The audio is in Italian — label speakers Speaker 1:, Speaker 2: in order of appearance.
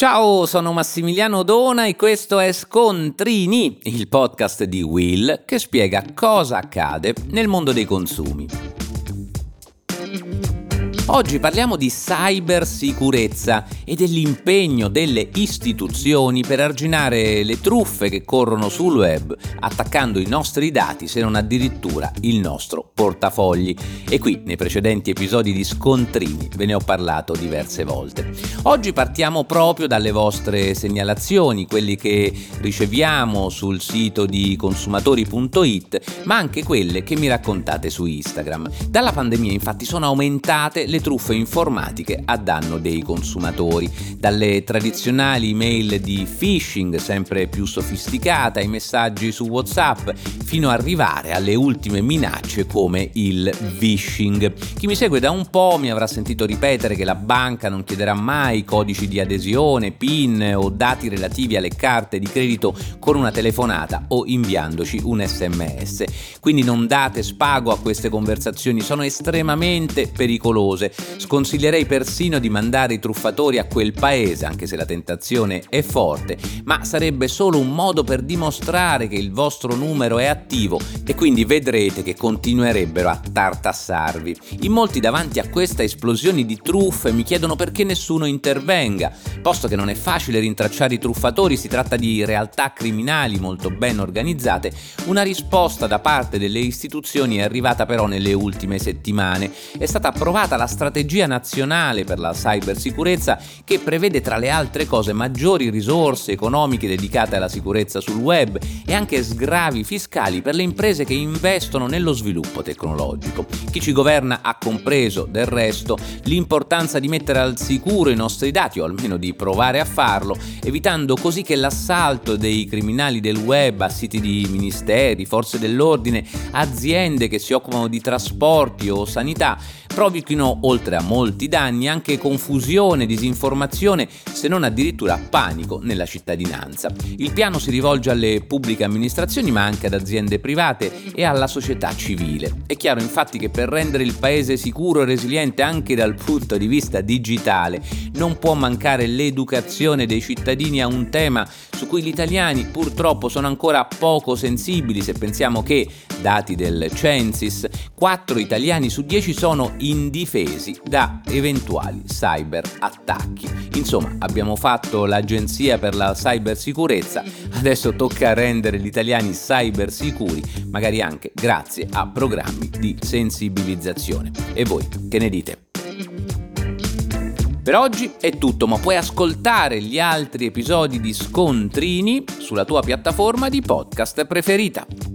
Speaker 1: Ciao, sono Massimiliano Dona e questo è Scontrini, il podcast di Will che spiega cosa accade nel mondo dei consumi. Oggi parliamo di cybersicurezza e dell'impegno delle istituzioni per arginare le truffe che corrono sul web, attaccando i nostri dati, se non addirittura il nostro portafogli. E qui, nei precedenti episodi di Scontrini, ve ne ho parlato diverse volte. Oggi partiamo proprio dalle vostre segnalazioni, quelli che riceviamo sul sito di consumatori.it, ma anche quelle che mi raccontate su Instagram. Dalla pandemia, infatti, sono aumentate le truffe informatiche a danno dei consumatori, dalle tradizionali email di phishing sempre più sofisticate ai messaggi su WhatsApp, fino ad arrivare alle ultime minacce come il vishing. Chi mi segue da un po' mi avrà sentito ripetere che la banca non chiederà mai codici di adesione, PIN o dati relativi alle carte di credito con una telefonata o inviandoci un SMS. Quindi non date spago a queste conversazioni, sono estremamente pericolose. Sconsiglierei persino di mandare i truffatori a quel paese, anche se la tentazione è forte, ma sarebbe solo un modo per dimostrare che il vostro numero è attivo e quindi vedrete che continuerebbero a tartassarvi. In molti davanti a questa esplosione di truffe mi chiedono perché nessuno intervenga. Posto che non è facile rintracciare i truffatori, si tratta di realtà criminali molto ben organizzate, una risposta da parte delle istituzioni è arrivata però nelle ultime settimane. È stata approvata la strategia nazionale per la cybersicurezza che prevede tra le altre cose maggiori risorse economiche dedicate alla sicurezza sul web e anche sgravi fiscali per le imprese che investono nello sviluppo tecnologico. Chi ci governa ha compreso del resto l'importanza di mettere al sicuro i nostri dati, o almeno di provare a farlo, evitando così che l'assalto dei criminali del web a siti di ministeri, forze dell'ordine, aziende che si occupano di trasporti o sanità provochino, oltre a molti danni, anche confusione, disinformazione, se non addirittura panico nella cittadinanza. Il piano si rivolge alle pubbliche amministrazioni, ma anche ad aziende private e alla società civile. È chiaro infatti che per rendere il paese sicuro e resiliente anche dal punto di vista digitale non può mancare l'educazione dei cittadini a un tema su cui gli italiani purtroppo sono ancora poco sensibili, se pensiamo che, dati del Censis, 4 italiani su 10 sono indifesi da eventuali cyber attacchi. Insomma, abbiamo fatto l'agenzia per la cybersicurezza, adesso tocca rendere gli italiani cyber sicuri, magari anche grazie a programmi di sensibilizzazione. E voi, che ne dite? Per oggi è tutto, ma puoi ascoltare gli altri episodi di Scontrini sulla tua piattaforma di podcast preferita.